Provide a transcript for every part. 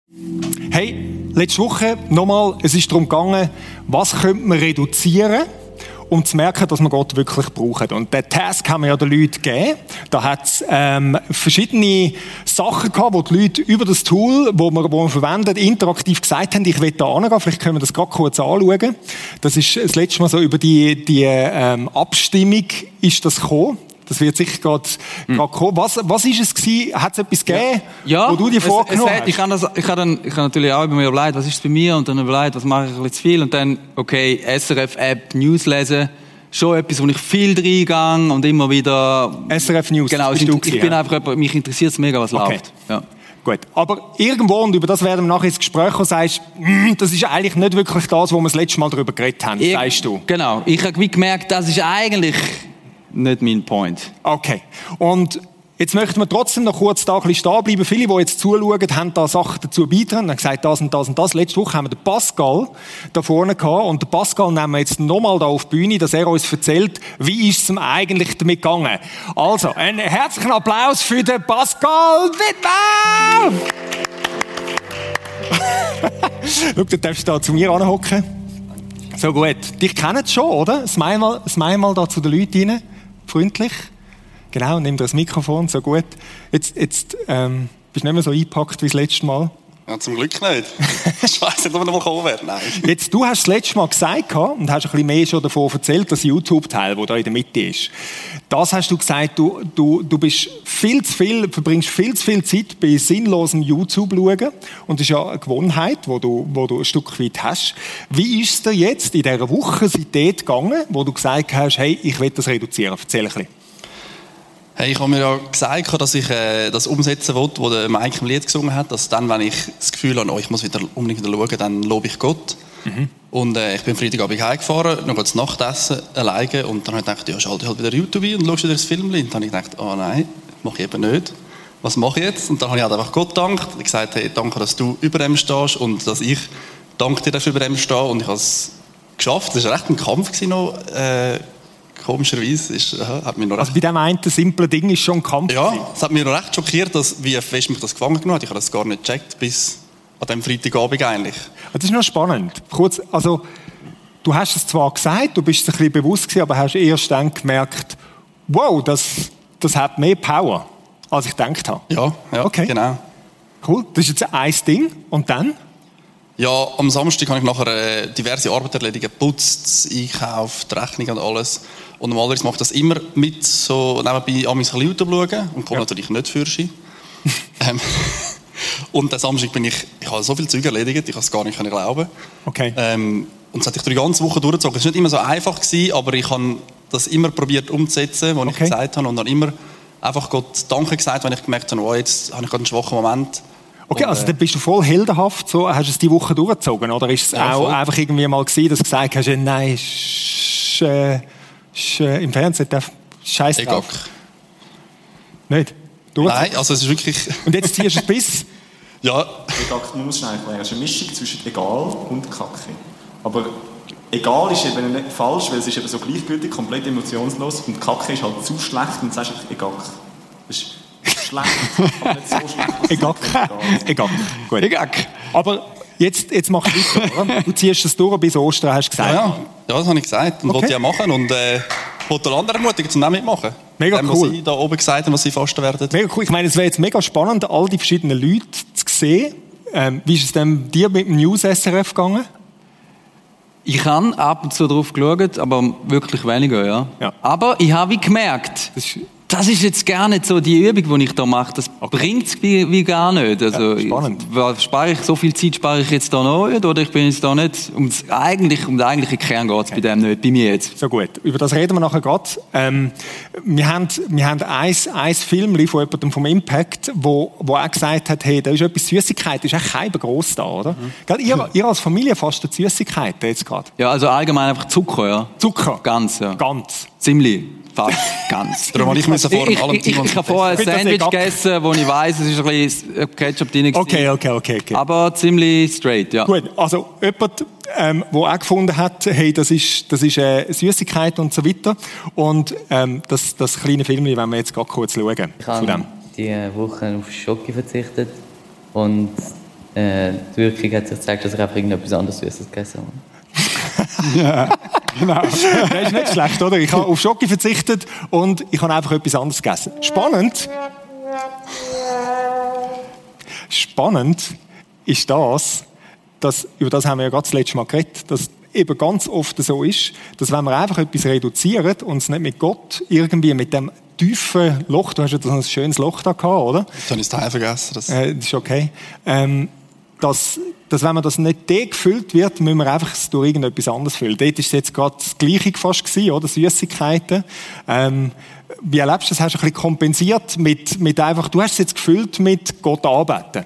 Hey, letzte Woche nochmal, es ist darum gegangen, was könnte man reduzieren, um zu merken, dass man Gott wirklich braucht. Und den Task haben wir ja den Leuten gegeben. Da hat es verschiedene Sachen gehabt, wo die Leute über das Tool, wo wir verwenden, interaktiv gesagt haben, ich will da angehen. Vielleicht können wir das gerade kurz anschauen. Das ist das letzte Mal so über die Abstimmung ist das gekommen. Das wird sicher gerade kommen. Was ist es gewesen? Hat es etwas gegeben, wo du dir vorgenommen hast? Ich habe natürlich auch über mir überlegt, was ist es bei mir? Und dann überlegt, was mache ich ein bisschen zu viel? Und dann, okay, SRF-App, News lesen. Schon etwas, wo ich viel reingehe und immer wieder... SRF News, genau, ich bin einfach jemand, mich interessiert es mega, was läuft. Ja. Gut, aber irgendwo, und über das werden wir nachher ins Gespräch kommen, sagst das ist eigentlich nicht wirklich das, wo wir das letzte Mal darüber geredet haben, sagst du. Genau, ich habe gemerkt, das ist eigentlich nicht mein Point. Okay, und jetzt möchten wir trotzdem noch kurz da ein bisschen stehen bleiben. Viele, die jetzt zuschauen, haben da Sachen dazu beigetragen, haben gesagt, das und das und das. Letzte Woche haben wir den Pascal da vorne gehabt, und den Pascal nehmen wir jetzt nochmal da auf die Bühne, dass er uns erzählt, wie ist es ihm eigentlich damit gegangen. Also, einen herzlichen Applaus für den Pascal Wittmann! Schau, du darfst da zu mir anhocken. So gut. Dich kennen sie schon, oder? Smile mal da zu den Leuten rein. Freundlich. Genau, nimm dir das Mikrofon, so gut. Jetzt bist du nicht mehr so eingepackt wie das letzte Mal. Ja, zum Glück nicht. Ich weiss nicht, ob wir noch mal kommen werden. Nein. Jetzt, du hast das letzte Mal gesagt und hast ein bisschen mehr schon davon erzählt, das YouTube-Teil, das da in der Mitte ist. Das hast du gesagt, du bist verbringst viel zu viel Zeit bei sinnlosem YouTube schauen. Und das ist ja eine Gewohnheit, die du ein Stück weit hast. Wie ist es dir jetzt in dieser Woche seitdem gegangen, wo du gesagt hast, hey, ich will das reduzieren? Erzähl ein bisschen. Hey, ich habe mir ja gesagt, dass ich das umsetzen will, was der Mike im Lied gesungen hat, dass dann, wenn ich das Gefühl habe, ich muss wieder unbedingt wieder schauen, dann lobe ich Gott. Mhm. Und ich bin Freitagabend heimgefahren, noch das Nachtessen alleine, und dann habe ich gedacht, ja, schalte halt wieder YouTube ein und schaust wieder das Film. Und dann habe ich gedacht, oh nein, das mache ich eben nicht. Was mache ich jetzt? Und dann habe ich halt einfach Gott gedankt und gesagt, hey, danke, dass du über dem stehst und dass ich danke dir dafür über dem stehe, und ich habe es geschafft. Das war recht ein Kampf gewesen noch. Komischerweise hat mich noch recht... Also bei diesem einen simplen Ding ist schon ein Kampf. Ja, es hat mich noch recht schockiert, wie fest mich das gefangen genommen hat. Ich habe das gar nicht gecheckt, bis an diesem Freitagabend eigentlich. Das ist noch spannend. Kurz, also, du hast es zwar gesagt, du bist es ein bisschen bewusst gewesen, aber hast erst dann gemerkt, wow, das hat mehr Power, als ich gedacht habe. Ja, okay. Genau. Cool, das ist jetzt ein Ding. Und dann? Ja, am Samstag habe ich nachher diverse Arbeit erledigen, geputzt, einkauft, die Rechnung und alles. Und normalerweise mache ich das immer mit, so nebenbei an mein YouTube schauen, und komme natürlich nicht für Ski. Und am Samstag ich habe so viel Zeug erledigt, ich kann es gar nicht glauben. Okay. Und es hat sich die ganze Woche durchgezogen. Es war nicht immer so einfach gewesen, aber ich habe das immer probiert umzusetzen, was ich gesagt habe, und dann immer einfach Gott Danke gesagt, wenn ich gemerkt habe, oh, jetzt habe ich gerade einen schwachen Moment. Okay, also dann bist du voll heldenhaft, so, hast du es die Woche durchgezogen, oder ist es auch einfach irgendwie mal gewesen, dass du gesagt hast, nein, im Fernsehen darf Scheiß drauf? Nicht? Nein, also es ist wirklich... Und jetzt ziehst du es bis? Ja. Egak, man muss schnell erklären, es ist eine Mischung zwischen egal und Kacke. Aber egal ist eben nicht falsch, weil es ist eben so gleichgültig, komplett emotionslos, und Kacke ist halt zu schlecht, und du sagst einfach Egak. Das ist schlecht, aber nicht so schlecht. Egak. Gut. Egak. Aber jetzt mach ich weiter, oder? Du ziehst es durch bis Ostern, hast du gesagt. Ja, das habe ich gesagt und wollte ich ja machen, und wollte alle anderen ermutigen, zum mitmachen. Mega dem, cool. Was sie da oben gesagt haben, was sie fasten werden. Mega cool. Ich meine, es wäre jetzt mega spannend, all die verschiedenen Leute zu sehen. Wie ist es denn dir mit dem News-SRF gegangen? Ich habe ab und zu drauf geschaut, aber wirklich weniger, ja. Aber ich habe gemerkt, das ist jetzt gar nicht so die Übung, die ich da mache. Das bringt es wie gar nicht. Also, spannend. So viel Zeit spare ich jetzt da noch nicht, oder ich bin jetzt da nicht... Um den eigentlichen Kern geht es bei dem nicht, bei mir jetzt. So gut, über das reden wir nachher gerade. Wir haben ein Film von jemandem vom Impact, wo auch gesagt hat, hey, da ist etwas Süßigkeit, das ist echt kein gross da, oder? Ihr als Familie fastet Süßigkeiten jetzt gerade? Ja, also allgemein einfach Zucker, ja. Zucker? Ganz, ja. Ganz? Ziemlich. Fast ganz. Darum habe ich habe vorher ein Sandwich gegessen, wo ich weiss, es ist ein bisschen Ketchup drin. Okay. Aber ziemlich straight, ja. Gut, also jemand, der auch gefunden hat, hey, das ist Süßigkeit und so weiter. Und das kleine Film, wenn wir jetzt gerade kurz schauen. Ich habe diese Woche auf Schoki verzichtet und die Wirkung hat sich gezeigt, dass ich einfach irgendetwas anderes Süßes gegessen habe. Ja, genau. Das ist nicht schlecht, oder? Ich habe auf Schoki verzichtet und ich habe einfach etwas anderes gegessen. Spannend ist das, dass, über das haben wir ja gerade das letzte Mal geredet, dass eben ganz oft so ist, dass wenn wir einfach etwas reduzieren und es nicht mit Gott irgendwie mit dem tiefen Loch, du hast ja so ein schönes Loch da gehabt, oder? Jetzt habe ich das Teil vergessen. Das ist okay. Dass wenn man das nicht gefüllt wird, müssen wir einfach es durch irgendetwas anderes füllen. Dort war es jetzt gerade das Gleiche fast gewesen, oder? Süßigkeiten. Wie erlebst du das? Hast du ein bisschen kompensiert mit einfach, du hast es jetzt gefüllt mit Gott anbeten?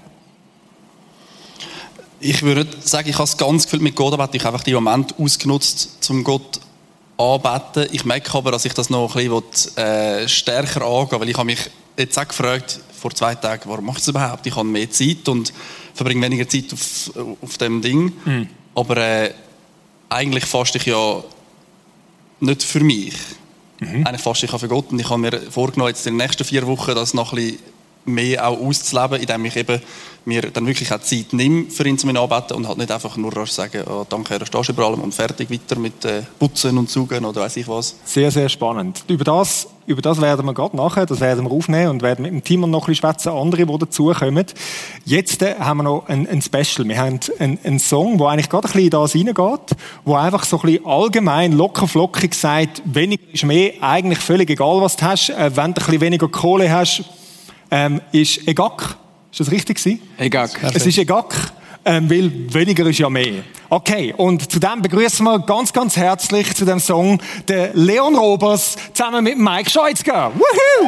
Ich würde sagen, ich habe es ganz gefüllt mit Gott anbeten. Ich habe einfach den Moment ausgenutzt, um Gott anbeten. Ich merke aber, dass ich das noch ein bisschen stärker angehen, weil ich habe mich jetzt auch gefragt, vor 2 Tagen, warum mache ich das überhaupt? Ich habe mehr Zeit und verbringe weniger Zeit auf dem Ding. Mhm. Aber eigentlich faste ich ja nicht für mich. Mhm. Eigentlich faste ich auch für Gott. Und ich habe mir vorgenommen, jetzt in den nächsten 4 Wochen das noch ein bisschen mehr auch auszuleben, indem ich eben mir dann wirklich auch Zeit nehme, für ihn zu anbeten und halt nicht einfach nur rasch sagen, oh, danke, Herr, da stehst du über allem und fertig weiter mit Putzen und Saugen oder weiss ich was. Sehr, sehr spannend. Über das werden wir gerade nachher, das werden wir aufnehmen und werden mit dem Team noch ein bisschen schwätzen, andere, die dazukommen. Jetzt haben wir noch ein Special. Wir haben einen Song, der eigentlich gerade ein bisschen in das reingeht, der einfach so ein bisschen allgemein, locker flockig sagt, weniger ist mehr, eigentlich völlig egal, was du hast. Wenn du ein bisschen weniger Kohle hast, ist Egak. Ist das richtig gewesen? Egak. Es ist Egak, weil weniger ist ja mehr. Okay, und zu dem begrüßen wir ganz, ganz herzlich zu dem Song den Leon Robers zusammen mit Mike Scheutzger. Woohoo!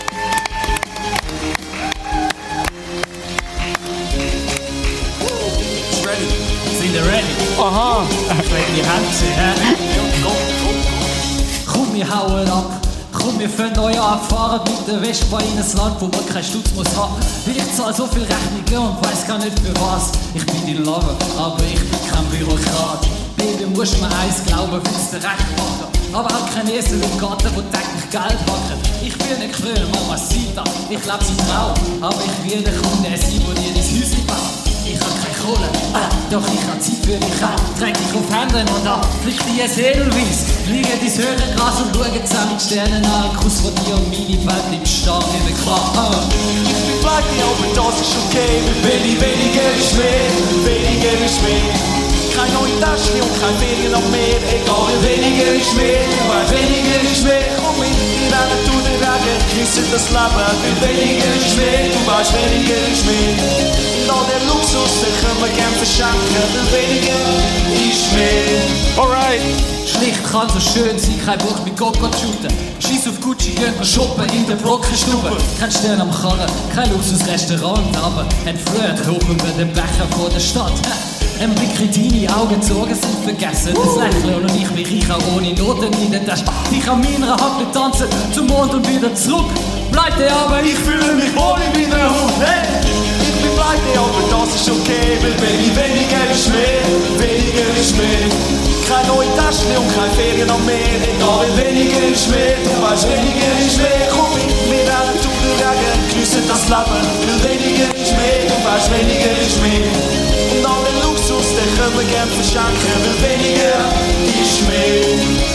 Sind ihr ready? Aha. Ich will die Hände sehen. Komm, wir hauen ab. Komm, wir fangen neu an, fahren mit der Vespa in ein Land, wo man keinen Stutz muss haben. Weil ich zahle so viel Rechnungen und weiss gar nicht für was. Ich bin dein Lover, aber ich bin kein Bürokrat. Baby, musst mir eins glauben, willst du recht machen. Aber auch kein Esel im Garten, wo täglich Geld machen. Ich will nicht gewöhnen, Mamacita, ich lebe sein Traum. Aber ich will der Kunde sein, der dir dein Häuschen baut. Ich hab keine Kohle, doch ich hab Zeit für dich an. Tränk dich auf Händen und ab, flieg dir Edelweiss. Liege dein Höhengras und schau zusammen die Sterne an. Ein Kuss von dir und meine Welt im Start in der Klappe. Ich bin pleite, aber das ist okay. Weniger ist mehr, weniger ist mehr. Kein neue Taschen und kein Ferien noch mehr. Egal, weniger ist mehr, weil weniger ist mehr. Komm mit, wir rennen durch den Regen, geniessen das Leben. Weil weniger ist mehr, du weißt, weniger ist mehr. All der Luxus, den können wir gern verschenken, weil weniger ist mehr. Alright. Schlicht kann so schön sein, kein Bock mit Coco zu shooten. Scheiß auf Gucci, gehen wir shoppen in der Brockenstube. Kein Stern am Karren, kein Luxusrestaurant, aber ein Flirt hoch über den Becher vor der Stadt. Ein Blick in deine Augen, die Sorgen sind vergessen. Das Lächeln und ich bin reicher ohne Noten in der Tasche. Ich an meiner Hand tanzen, zum Mond und wieder zurück. Pleite, aber ich fühle mich wohl in meiner Haut. Hey! Ich bin pleite, aber das ist okay, weil Baby, weniger ist mehr, weniger ist mehr. Keine neue Taschen und keine Ferien noch mehr. Egal, weniger ist mehr, du weißt, weniger ist mehr. Komm mit, wir rennen durch den Regen, geniessen das Leben. Weil weniger ist mehr, du weißt, weniger ist mehr. Und all den Luxus, den können wir gern verschenken, weil weniger ist mehr.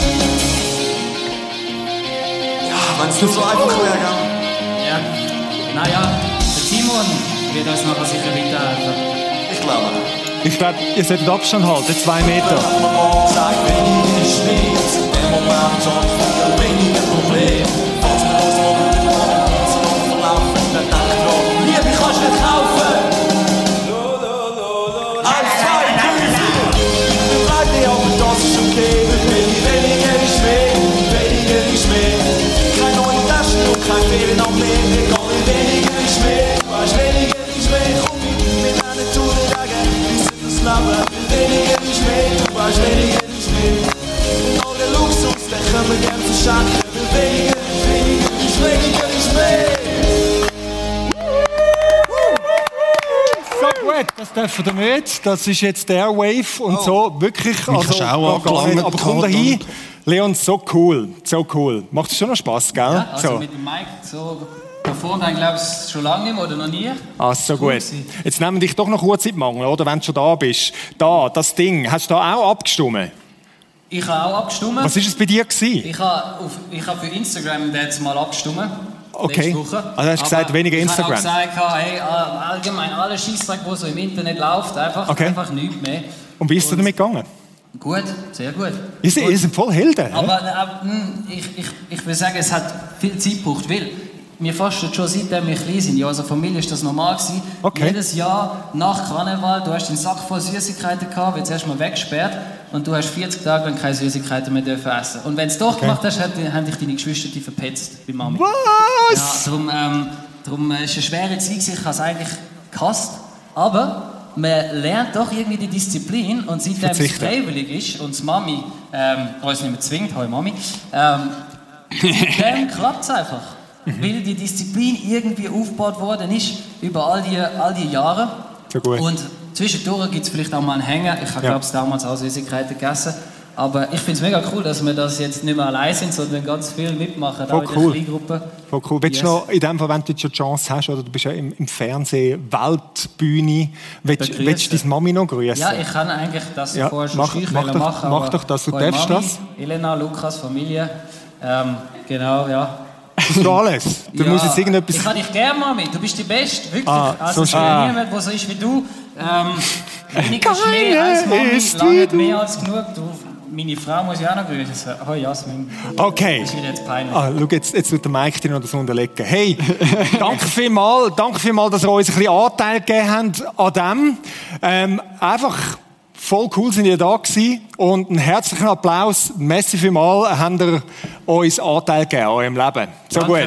Ja, wenn es nur so einfach wäre, gell? Ja, naja, der Timon wird uns nachher sicher weiterhelfen. Ich glaube. Ich glaube, ihr solltet Abstand halten, 2 Meter. Sag, weniger ist mehr, in dem Moment schon weniger Problem. Falls wir uns morgen verlaufen, dann denk dran, Liebe kannst du nicht kaufen. 1, 2, 3, 4. Ich bleib dir, aber das ist okay, weil weniger ist mehr, weniger ist mehr. Keine neue Taschen und kein Ferien noch mehr, egal wie weniger ist mehr. Weißt, weniger ist mehr, komm mit, wir rennen durch den Regen, geniessen das Leben. Weniger ist mehr, du weißt, weniger ist mehr. Und all der Luxus, den können wir gern verschenken, weil weniger ist mehr. So gut, das dürfen wir nicht. Das ist jetzt der Wave und so. Wirklich, also, aber komm da hin. Leon, so cool, so cool. Macht es schon noch Spass, gell? Ja, also so. mit dem Mike so auf Mikrofon, dann glaube ich schon lange nicht mehr oder noch nie. Ah, so gut. Jetzt nehmen wir dich doch noch kurz in die Mangel, oder? Wenn du schon da bist. Da, das Ding, hast du da auch abgestimmt? Ich habe auch abgestimmt. Was war es bei dir gewesen? Ich habe für Instagram jetzt mal abgestimmt. Okay. Also hast du gesagt, weniger Instagram? Ich habe auch gesagt, hey, allgemein alle Scheissdreck, die so im Internet läuft, einfach nichts mehr. Und wie ist es damit gegangen? Gut, sehr gut. Ihr seid voll Helden. Aber ich will sagen, es hat viel Zeit gebraucht, weil wir fasten schon seitdem wir klein sind. Ja, also Familie ist das normal gewesen. Okay. Jedes Jahr nach Karneval, du hast den Sack voll Süßigkeiten gehabt, wird zuerst mal weggesperrt und du hast 40 Tage lang keine Süßigkeiten mehr dürfen essen. Und wenn du es doch gemacht hast, haben dich deine Geschwister verpetzt bei Mami. Was? Ja, darum ist es eine schwere Zeit, ich habe es eigentlich gehasst. Aber man lernt doch irgendwie die Disziplin und seitdem es freiwillig ist und die Mami uns nicht mehr zwingt, hoi Mami, seitdem klappt es einfach. Weil die Disziplin irgendwie aufgebaut worden ist über all die Jahre. So gut. Und zwischendurch gibt es vielleicht auch mal einen Hänger. Ich habe, glaube ich, damals auch Süßigkeiten gegessen. Aber ich finde es mega cool, dass wir das jetzt nicht mehr allein sind, sondern ganz viel mitmachen, auch in der Kleingruppe. Voll cool. Willst du noch, in dem Fall, wenn du jetzt schon die Chance hast, oder du bist ja im Fernsehen, Weltbühne, willst du deine Mami noch grüßen? Ja, ich kann eigentlich das vorher schon machen. Mach doch das, du darfst Mami, das. Elena, Lukas, Familie, genau, ja. Das ist alles. Du musst jetzt irgendetwas... Ich kann dich gerne, Mami. Du bist die Beste, wirklich. Also es gibt niemand, der so ist wie du. Weniger Schnee als Mami, lange mehr als genug. Meine Frau muss ich auch noch grüßen. Hoi, Jasmin. Okay. Das ist jetzt peinlich. Schau, jetzt tut der Mike dir noch das unterlegen. Hey, danke vielmals, dass ihr uns ein bisschen Anteil gegeben habt an dem. Einfach... Voll cool sind ihr da gewesen und einen herzlichen Applaus. Merci vielmals, habt ihr uns Anteil gegeben an eurem Leben. So gut.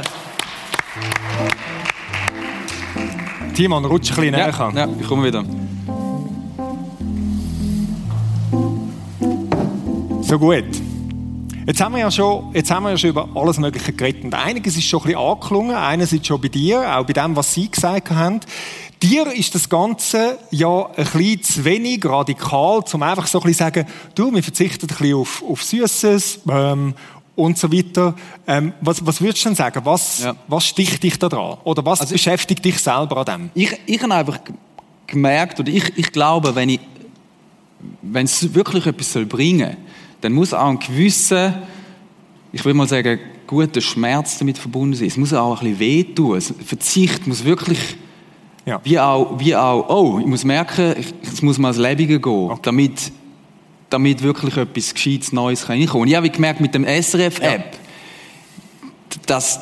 Timon, rutsch ein bisschen näher an. Ja, ich komme wieder. So gut. Jetzt haben wir ja schon über alles Mögliche geredet. Und einiges ist schon ein bisschen angeklungen, eines ist schon bei dir, auch bei dem, was Sie gesagt haben. Dir ist das Ganze ja ein bisschen zu wenig radikal, um einfach so ein bisschen zu sagen, du, wir verzichten ein bisschen auf Süßes und so weiter. Was würdest du denn sagen? Was sticht dich da dran? Oder was beschäftigt dich selber an dem? Ich habe einfach gemerkt, oder ich glaube, wenn es wirklich etwas bringen soll, dann muss auch ein gewisser, ich würde mal sagen, guter Schmerz damit verbunden sein. Es muss auch ein bisschen wehtun. Verzicht muss wirklich... Ja. Wie auch, ich muss merken, es muss mal ans Lebige gehen, okay, damit wirklich etwas Gescheites Neues reinkommen. Und ich habe gemerkt, mit dem SRF-App, das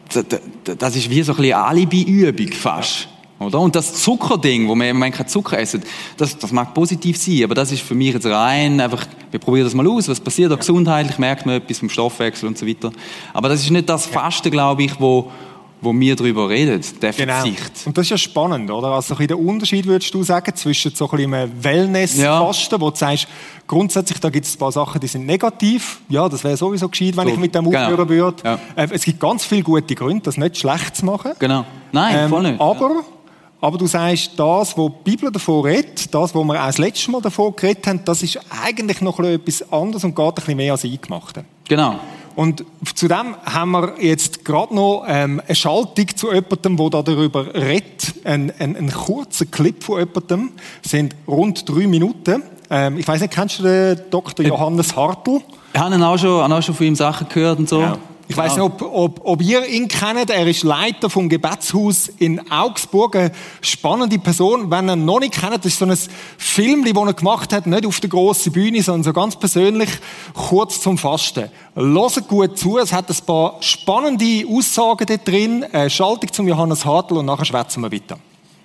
ist wie so ein bisschen Alibi-Übung fast. Oder? Und das Zuckerding, wo man kein Zucker essen, das mag positiv sein, aber das ist für mich jetzt rein einfach, wir probieren das mal aus, was passiert da gesundheitlich, merkt man etwas vom Stoffwechsel und so weiter. Aber das ist nicht das Fasten, glaube ich, wo wir darüber reden, der Verzicht. Und das ist ja spannend, oder? Also ein der Unterschied, würdest du sagen, zwischen so ein bisschen Wellness-Fasten, wo du sagst, grundsätzlich, da gibt es ein paar Sachen, die sind negativ. Ja, das wäre sowieso gescheit, wenn ich mit dem aufhören würde. Ja. Es gibt ganz viele gute Gründe, das nicht schlecht zu machen. Genau. Nein, voll nicht. Aber du sagst, das, was die Bibel davon redet, das, was wir auch das letzte Mal davon geredet haben, das ist eigentlich noch etwas anderes und geht ein bisschen mehr als Eingemachte. Genau. Und zudem haben wir jetzt gerade noch eine Schaltung zu jemandem, der darüber redet. Ein kurzer Clip von jemandem. Das sind rund 3 Minuten. Ich weiss nicht, kennst du den Dr. Johannes Hartl? Ich habe auch schon von ihm Sachen gehört und so. Ja. Ich weiss nicht, ob ihr ihn kennt. Er ist Leiter vom Gebetshaus in Augsburg. Eine spannende Person. Wenn ihr ihn noch nicht kennt, das ist so ein Film, das er gemacht hat, nicht auf der grossen Bühne, sondern so ganz persönlich, kurz zum Fasten. Hört gut zu, es hat ein paar spannende Aussagen dort drin. Eine Schaltung zum Johannes Hartl und nachher schwätzen wir weiter.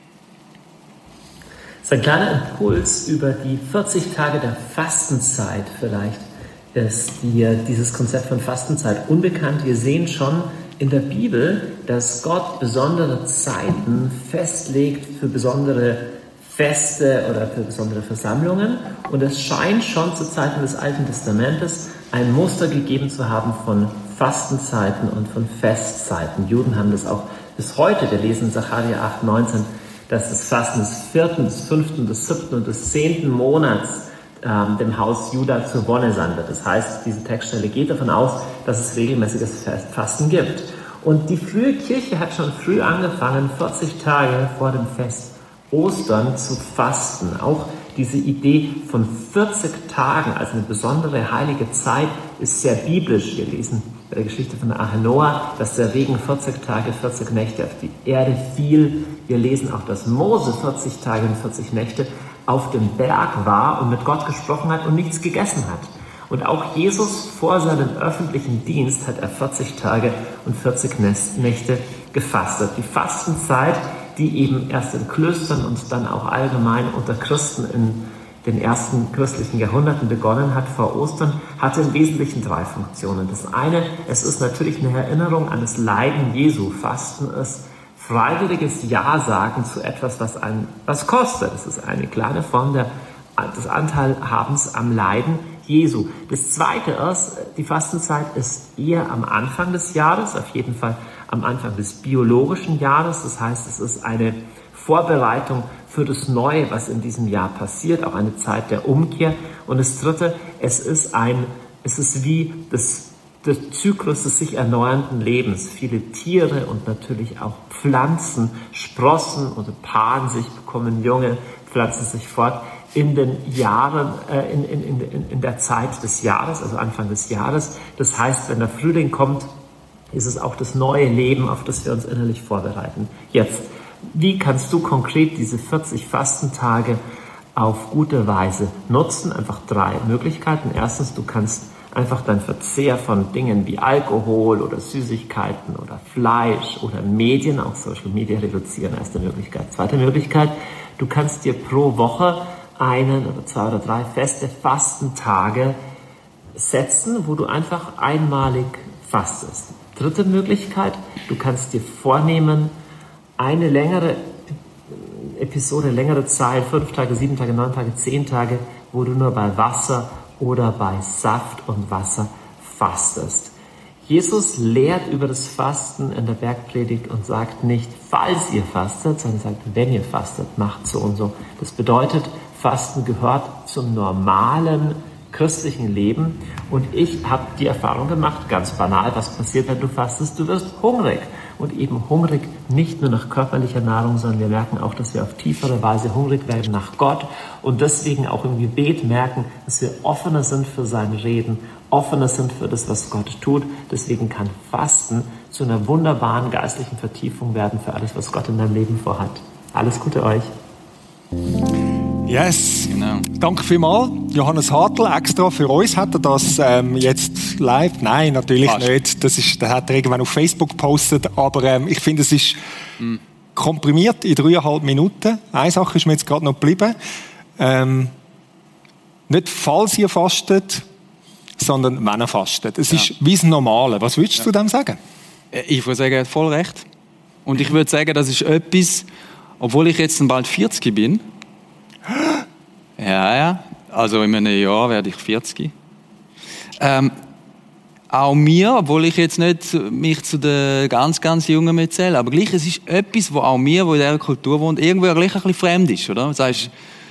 Das ist ein kleiner Impuls über die 40 Tage der Fastenzeit vielleicht. Ist dieses Konzept von Fastenzeit unbekannt. Wir sehen schon in der Bibel, dass Gott besondere Zeiten festlegt für besondere Feste oder für besondere Versammlungen. Und es scheint schon zu Zeiten des Alten Testamentes ein Muster gegeben zu haben von Fastenzeiten und von Festzeiten. Juden haben das auch bis heute. Wir lesen in Sacharja 8,19, dass das Fasten des 4., des 5., des 7. und des 10. Monats dem Haus Juda zur Wonne sein wird. Das heißt, diese Textstelle geht davon aus, dass es regelmäßiges Fasten gibt. Und die frühe Kirche hat schon früh angefangen, 40 Tage vor dem Fest Ostern zu fasten. Auch diese Idee von 40 Tagen als eine besondere heilige Zeit ist sehr biblisch. Wir lesen bei der Geschichte von Ahenoah, dass der Regen 40 Tage, 40 Nächte auf die Erde fiel. Wir lesen auch, dass Mose 40 Tage und 40 Nächte auf dem Berg war und mit Gott gesprochen hat und nichts gegessen hat. Und auch Jesus vor seinem öffentlichen Dienst hat er 40 Tage und 40 Nächte gefastet. Die Fastenzeit, die eben erst in Klöstern und dann auch allgemein unter Christen in den ersten christlichen Jahrhunderten begonnen hat, vor Ostern, hatte im Wesentlichen 3 Funktionen. Das eine, es ist natürlich eine Erinnerung an das Leiden Jesu. Fasten ist freiwilliges Ja-Sagen zu etwas, was kostet. Es ist eine kleine Form des Anteilhabens am Leiden Jesu. Das zweite ist, die Fastenzeit ist eher am Anfang des Jahres, auf jeden Fall am Anfang des biologischen Jahres. Das heißt, es ist eine Vorbereitung für das Neue, was in diesem Jahr passiert, auch eine Zeit der Umkehr. Und das dritte, es ist wie der Zyklus des sich erneuernden Lebens. Viele Tiere und natürlich auch Pflanzen sprossen oder paaren sich, bekommen Junge, pflanzen sich fort in den Jahren, in der Zeit des Jahres, also Anfang des Jahres. Das heißt, wenn der Frühling kommt, ist es auch das neue Leben, auf das wir uns innerlich vorbereiten. Jetzt, wie kannst du konkret diese 40 Fastentage auf gute Weise nutzen? Einfach 3 Möglichkeiten. Erstens, du kannst einfach deinen Verzehr von Dingen wie Alkohol oder Süßigkeiten oder Fleisch oder Medien, auch Social Media, reduzieren. Erste Möglichkeit. Zweite Möglichkeit, du kannst dir pro Woche 1 oder 2 oder 3 feste Fastentage setzen, wo du einfach einmalig fastest. Dritte Möglichkeit, du kannst dir vornehmen, eine längere Episode, längere Zeit, 5 Tage, 7 Tage, 9 Tage, 10 Tage, wo du nur bei Wasser oder bei Saft und Wasser fastest. Jesus lehrt über das Fasten in der Bergpredigt und sagt nicht, falls ihr fastet, sondern sagt, wenn ihr fastet, macht so und so. Das bedeutet, Fasten gehört zum normalen christlichen Leben. Und ich habe die Erfahrung gemacht, ganz banal, was passiert, wenn du fastest? Du wirst hungrig. Und eben hungrig nicht nur nach körperlicher Nahrung, sondern wir merken auch, dass wir auf tiefere Weise hungrig werden nach Gott und deswegen auch im Gebet merken, dass wir offener sind für sein Reden, offener sind für das, was Gott tut. Deswegen kann Fasten zu einer wunderbaren geistlichen Vertiefung werden für alles, was Gott in deinem Leben vorhat. Alles Gute euch. Yes, genau. Danke vielmals. Johannes Hartl, extra für uns hat er das jetzt live? Nein, natürlich nicht. Das hat er irgendwann auf Facebook gepostet. Aber ich finde, es ist komprimiert in 3,5 Minuten. Eine Sache ist mir jetzt gerade noch geblieben. Nicht falls ihr fastet, sondern wenn ihr fastet. Es ist wie das Normale. Was würdest du zu dem sagen? Ich würde sagen, er hat voll recht. Und ich würde sagen, das ist etwas, obwohl ich jetzt bald 40 bin. Ja. Also in einem Jahr werde ich 40. Auch mir, obwohl ich jetzt nicht mich zu den ganz, ganz Jungen mehr zähle, aber gleich, es ist etwas, wo auch mir, wo in dieser Kultur wohnt, irgendwo gleich ein bisschen fremd ist, oder? Du sagst,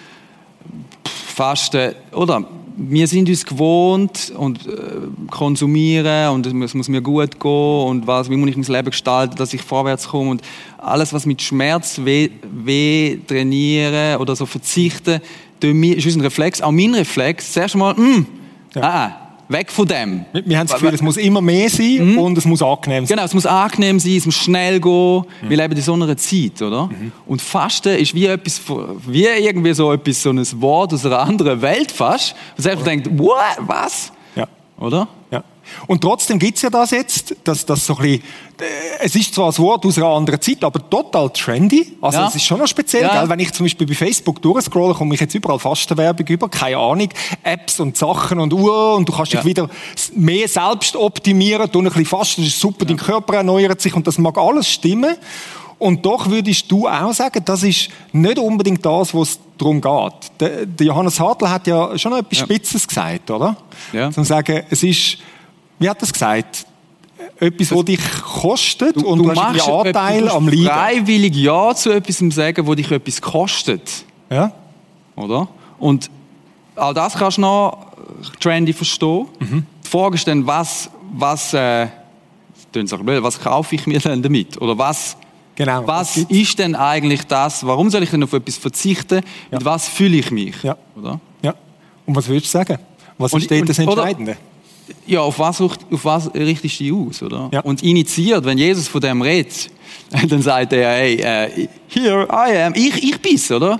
Fasten, oder? Wir sind uns gewohnt und konsumieren und es muss mir gut gehen und wie muss ich mein Leben gestalten, dass ich vorwärts komme und alles, was mit Schmerz, weh trainieren oder so verzichten, ist unser Reflex, auch mein Reflex, zuerst mal, weg von dem. Wir haben das Gefühl, es muss immer mehr sein und es muss angenehm sein. Genau, es muss angenehm sein, es muss schnell gehen. Wir leben in so einer Zeit, oder? Und Fasten ist wie irgendwie so ein Wort aus einer anderen Welt fast. Und selbst denkt, what? Was? Ja. Oder? Ja. Und trotzdem gibt es ja das jetzt, dass das so ein bisschen, es ist zwar ein Wort aus einer anderen Zeit, aber total trendy. Also es ist schon noch speziell, gell? Wenn ich zum Beispiel bei Facebook durchscrolle, komme ich jetzt überall Fastenwerbung über, keine Ahnung, Apps und Sachen und und du kannst dich wieder mehr selbst optimieren, du ein bisschen fasten, das ist super, dein Körper erneuert sich und das mag alles stimmen. Und doch würdest du auch sagen, das ist nicht unbedingt das, was es darum geht. Der Johannes Hartl hat ja schon noch etwas Spitzes gesagt, oder? Ja. Zum sagen, es ist, wie hat er es gesagt? Etwas, das dich kostet und du hast einen Anteil am Leiden. Freiwillig Ja zu etwas sagen, das dich etwas kostet. Ja. Oder? Und auch das kannst du noch trendy verstehen. Die Frage ist dann, was was kaufe ich mir denn damit? Oder was Genau. ist denn eigentlich das? Warum soll ich denn auf etwas verzichten? Ja. Mit was fühle ich mich? Ja. Oder? Ja. Und was würdest du sagen? Was ist dort das Entscheidende? Ja, auf was richtest du dich aus, oder? Ja. Und initiiert, wenn Jesus von dem redet, dann sagt er, hey, here I am, ich bin's, oder?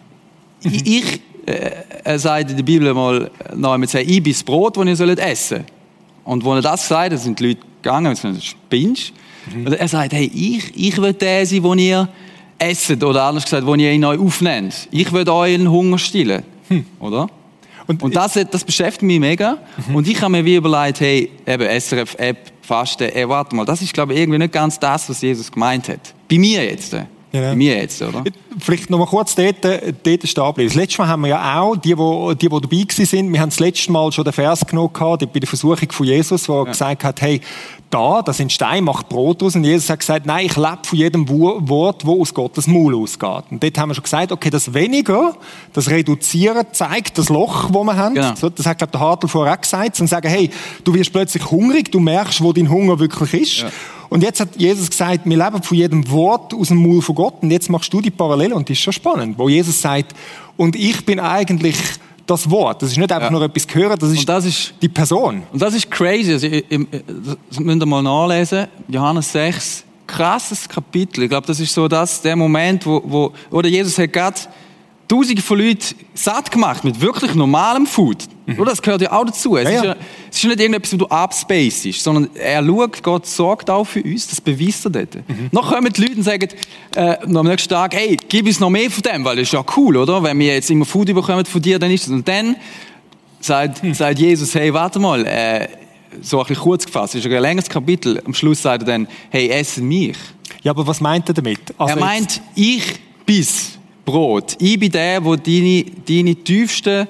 Er sagt in der Bibel mal, ich bin das Brot, das ihr essen sollt. Und als er das gesagt hat, sind die Leute gegangen und gesagt, spinnst du? Und er sagt, hey, ich will der sein, den ihr esset, oder anders gesagt, den ihr in euch aufnehmt. Ich will euren Hunger stillen, oder? Und das beschäftigt mich mega. Und ich habe mir wie überlegt, hey, eben SRF-App, Fasten, warte mal, das ist, glaube ich, irgendwie nicht ganz das, was Jesus gemeint hat. Bei mir jetzt. Genau. Bei mir jetzt, oder? Vielleicht noch mal kurz dort stehen bleiben. Das letzte Mal haben wir ja auch, die dabei waren, wir haben das letzte Mal schon den Vers genommen gehabt, bei der Versuchung von Jesus, wo er gesagt hat, hey, das sind Stein, macht Brot aus. Und Jesus hat gesagt, nein, ich lebe von jedem Wort, das aus Gottes Maul ausgeht. Und dort haben wir schon gesagt, okay, das Weniger, das Reduzieren zeigt das Loch, das wir haben. Genau. So, das hat, glaube ich, der Hartl vorher auch gesagt. Und sagen, hey, du wirst plötzlich hungrig, du merkst, wo dein Hunger wirklich ist. Ja. Und jetzt hat Jesus gesagt, wir leben von jedem Wort aus dem Maul von Gott. Und jetzt machst du die Parallele, und das ist schon spannend, wo Jesus sagt, und ich bin eigentlich das Wort. Das ist nicht einfach nur etwas hören, das ist die Person. Und das ist crazy. Also, das müsst ihr mal nachlesen. Johannes 6, krasses Kapitel. Ich glaube, das ist so der Moment, wo oder Jesus hat gerade Tausende von Leuten satt gemacht mit wirklich normalem Food. Oder? Das gehört ja auch dazu. Es ist nicht irgendetwas, wo du abspacest, sondern er schaut, Gott sorgt auch für uns, das beweist er dort. Noch kommen die Leute und sagen am nächsten Tag, hey, gib uns noch mehr von dem, weil das ist ja cool, oder? Wenn wir jetzt immer Food bekommen von dir, dann ist das. Und dann sagt Jesus, hey, warte mal, so ein bisschen kurz gefasst, das ist ein längeres Kapitel, am Schluss sagt er dann, hey, essen mich. Ja, aber was meint er damit? Also er meint, ich bin's Brot. Ich bin der deine tiefsten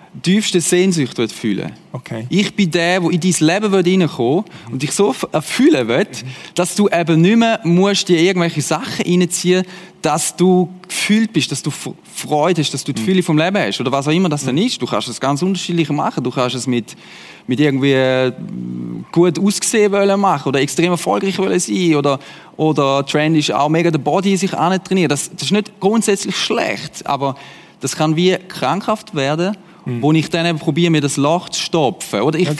Sehnsucht fühlen. Okay. Ich bin der in dein Leben reinkommen und dich so erfüllen will, dass du eben nicht mehr musst dir irgendwelche Sachen reinziehen, dass du gefühlt bist, dass du Freude hast, dass du die Fülle vom Leben hast oder was auch immer das dann ist. Du kannst es ganz unterschiedlich machen. Du kannst es mit irgendwie gut aussehen wollen machen oder extrem erfolgreich wollen sein oder Trend ist auch mega der Body sich trainieren. Das ist nicht grundsätzlich schlecht, aber das kann wie krankhaft werden, wo ich dann eben probiere, mir das Loch zu stopfen. Oder ich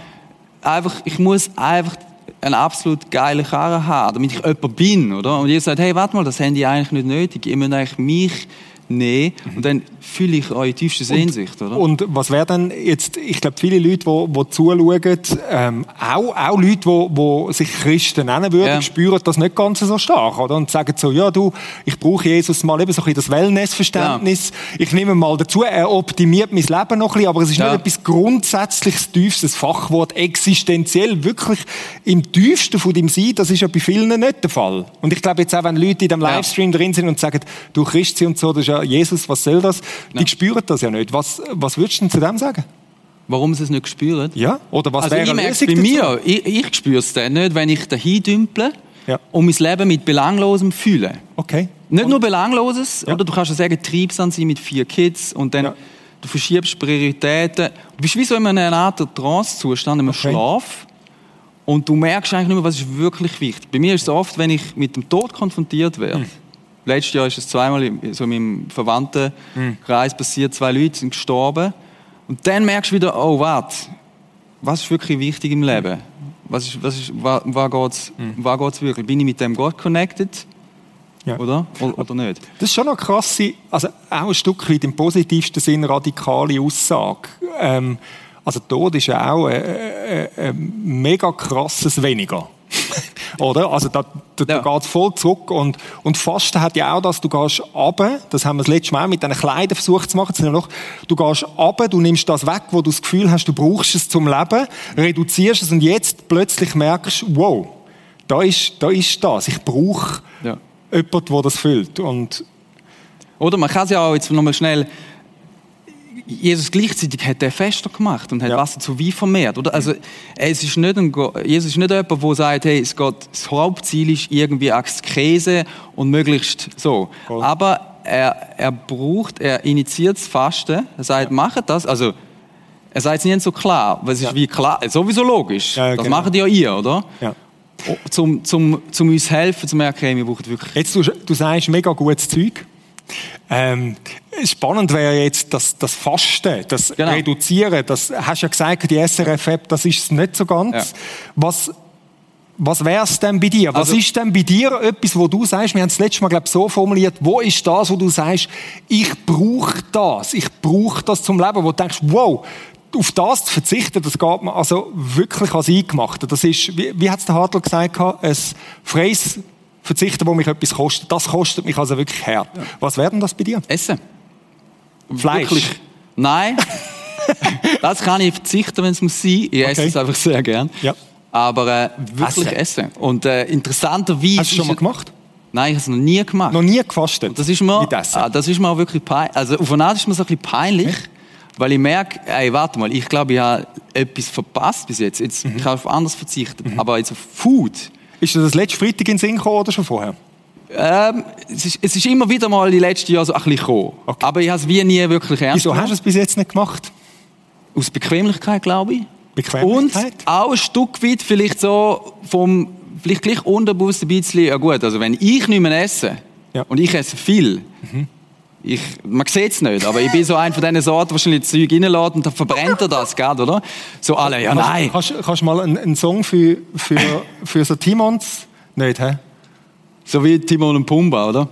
ich muss einfach einen absolut geilen Karren haben, damit ich jemand bin, oder? Und ihr sagt, hey, warte mal, das haben die eigentlich nicht nötig. Ihr müsst eigentlich mich nehmen und dann fühle ich eure tiefste Sehnsucht, oder? Und was wäre dann jetzt, ich glaube, viele Leute, die zuschauen, auch Leute, die sich Christen nennen würden, spüren das nicht ganz so stark, oder? Und sagen so, ja, ich brauche Jesus mal eben so ein bisschen das Wellness-Verständnis. Ja. Ich nehme mal dazu, er optimiert mein Leben noch ein bisschen, aber es ist nicht etwas grundsätzliches, tiefstes Fachwort, existenziell, wirklich im tiefsten von dem Sein, das ist ja bei vielen nicht der Fall. Und ich glaube jetzt auch, wenn Leute in dem Livestream drin sind und sagen, du Christi und so, das ist ja Jesus, was soll das? Die spüren das ja nicht. Was würdest du denn zu dem sagen? Warum sie es nicht spüren? Ja, oder was wäre eine Lösung bei mir, ich spüre es dann nicht, wenn ich dahin dümpele und mein Leben mit Belanglosem fühle. Okay. Nicht nur Belangloses, oder du kannst ja sagen, Triebsam sein mit 4 Kids und dann du verschiebst Prioritäten. Du bist wie so in einer Art Trance-Zustand, in einem Schlaf und du merkst eigentlich nicht mehr, was ist wirklich wichtig. Bei mir ist es oft, wenn ich mit dem Tod konfrontiert werde. Letztes Jahr ist es zweimal so in meinem Verwandtenkreis passiert, 2 Leute sind gestorben. Und dann merkst du wieder, oh, warte, was ist wirklich wichtig im Leben? War Gott wirklich? Bin ich mit dem Gott connected? Ja. Oder nicht? Das ist schon eine krasse, also auch ein Stück weit im positivsten Sinn radikale Aussage. Also Tod ist ja auch ein mega krasses Weniger. Oder? Also da geht es voll zurück und Fasten hat ja auch das, du gehst runter, das haben wir das letzte Mal mit diesen Kleidern versucht zu machen, du gehst runter, du nimmst das weg, wo du das Gefühl hast, du brauchst es zum Leben, reduzierst es und jetzt plötzlich merkst, wow, da ist das, ich brauche jemanden, der das füllt. Oder man kann es ja auch jetzt nochmal schnell, Jesus gleichzeitig hat er fester gemacht und hat Wasser zu Wein vermehrt. Oder? Also, Jesus ist nicht jemand, der sagt, hey, das Hauptziel ist irgendwie Askese und möglichst so. Cool. Aber er initiiert das Fasten, er sagt, macht das. Also, er sagt es nicht so klar, weil es ist wie klar, sowieso logisch. Ja, das macht ja ihr, oder? Ja. zum uns helfen, zu merken, hey, wir brauchen wirklich... Jetzt, du sagst mega gutes Zeug. Spannend wäre jetzt das Fasten, das Reduzieren. Das hast du ja gesagt, die SRF-App, das ist es nicht so ganz. Ja. Was wäre es denn bei dir? Was ist denn bei dir etwas, wo du sagst, wir haben es letztes Mal, glaube ich, so formuliert, wo ist das, wo du sagst, ich brauche das zum Leben, wo du denkst, wow, auf das zu verzichten, das geht mir also wirklich als Eingemachte. Das ist, wie hat es der Hartl gesagt, ein freies Verzichten, das mich etwas kostet. Das kostet mich also wirklich hart. Ja. Was wäre denn das bei dir? Essen. Fleisch? Wirklich? Nein. Das kann ich verzichten, wenn es muss sein. Ich esse es einfach sehr gern. Ja. Aber wirklich essen. Und interessanterweise... Hast du es schon mal gemacht? Nein, ich habe es noch nie gemacht. Noch nie gefastet? Das ist mir auch wirklich peinlich. Also auf eine Art ist mir so ein bisschen peinlich, weil ich merke, ey, warte mal, ich glaube, ich habe etwas verpasst bis jetzt. Ich habe auf anderes verzichtet. Aber jetzt auf Food... Ist das letzte Freitag in den Sinn gekommen oder schon vorher? Es ist immer wieder mal die letzten Jahre so ein bisschen gekommen. Okay. Aber ich habe es wie nie wirklich ernst genommen. Wieso hast du es bis jetzt nicht gemacht? Aus Bequemlichkeit, glaube ich. Bequemlichkeit? Und auch ein Stück weit vielleicht so vielleicht gleich unterbewusst ein bisschen, ja gut, also wenn ich nicht mehr esse, und ich esse viel, man sieht es nicht, aber ich bin so einer von diesen Sorten, die wahrscheinlich Zeug reinlässt und dann verbrennt er das, gell, oder? So alle, ja nein. Kannst du mal einen Song für so Timons? Nicht, hä? So wie Timon und Pumba, oder?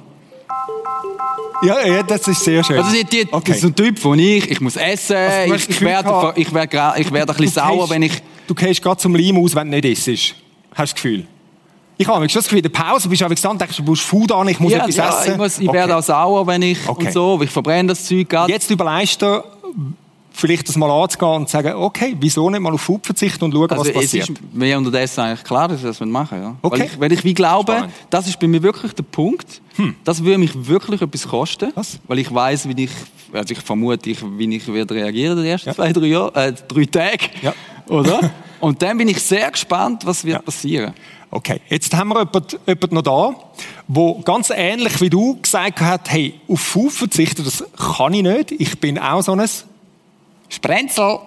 Ja, das ist sehr schön. Also das ist so ein Typ, wo ich muss essen, also ich werde ein bisschen sauer, wenn ich... Du gehst gerade zum Leim aus, wenn du nicht isst. Hast du das Gefühl? Ich habe schon das Gefühl, in der Pause bist du gestanden, denkst du brauchst Food an, ich muss etwas essen. Ich werde auch sauer, wenn ich und so, ich verbrenne das Zeug gerade. Jetzt überlegst du, vielleicht das mal anzugehen und zu sagen, okay, wieso nicht mal auf Food verzichten und schauen, was passiert? Es ist mir unterdessen eigentlich klar, dass wir das machen. Ja. Okay. Weil ich wie glaube, spannend. Das ist bei mir wirklich der Punkt, das würde mich wirklich etwas kosten, weil ich weiss, ich vermute, wie ich werde reagieren die ersten 3 Tage. Ja. Oder? Und dann bin ich sehr gespannt, was wird passieren. Okay, jetzt haben wir jemanden noch da, der ganz ähnlich wie du gesagt hat, hey, auf Food verzichten, das kann ich nicht. Ich bin auch so ein Sprenzel.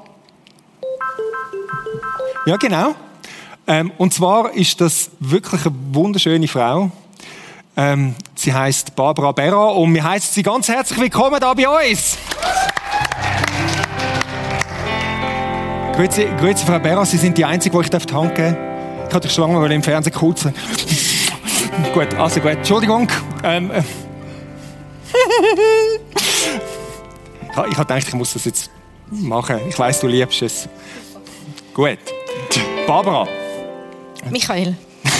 Ja, genau. Und zwar ist das wirklich eine wunderschöne Frau. Sie heisst Barbara Berra und wir heißen sie ganz herzlich willkommen da bei uns. Grüezi, Frau Berra, Sie sind die Einzige, die ich die Hand geben darf. Ich hatte dich schon lange mal im Fernsehen kurzen. Gut, also gut. Entschuldigung. Ich habe gedacht, ich muss das jetzt machen. Ich weiss, du liebst es. Gut. Barbara. Michael.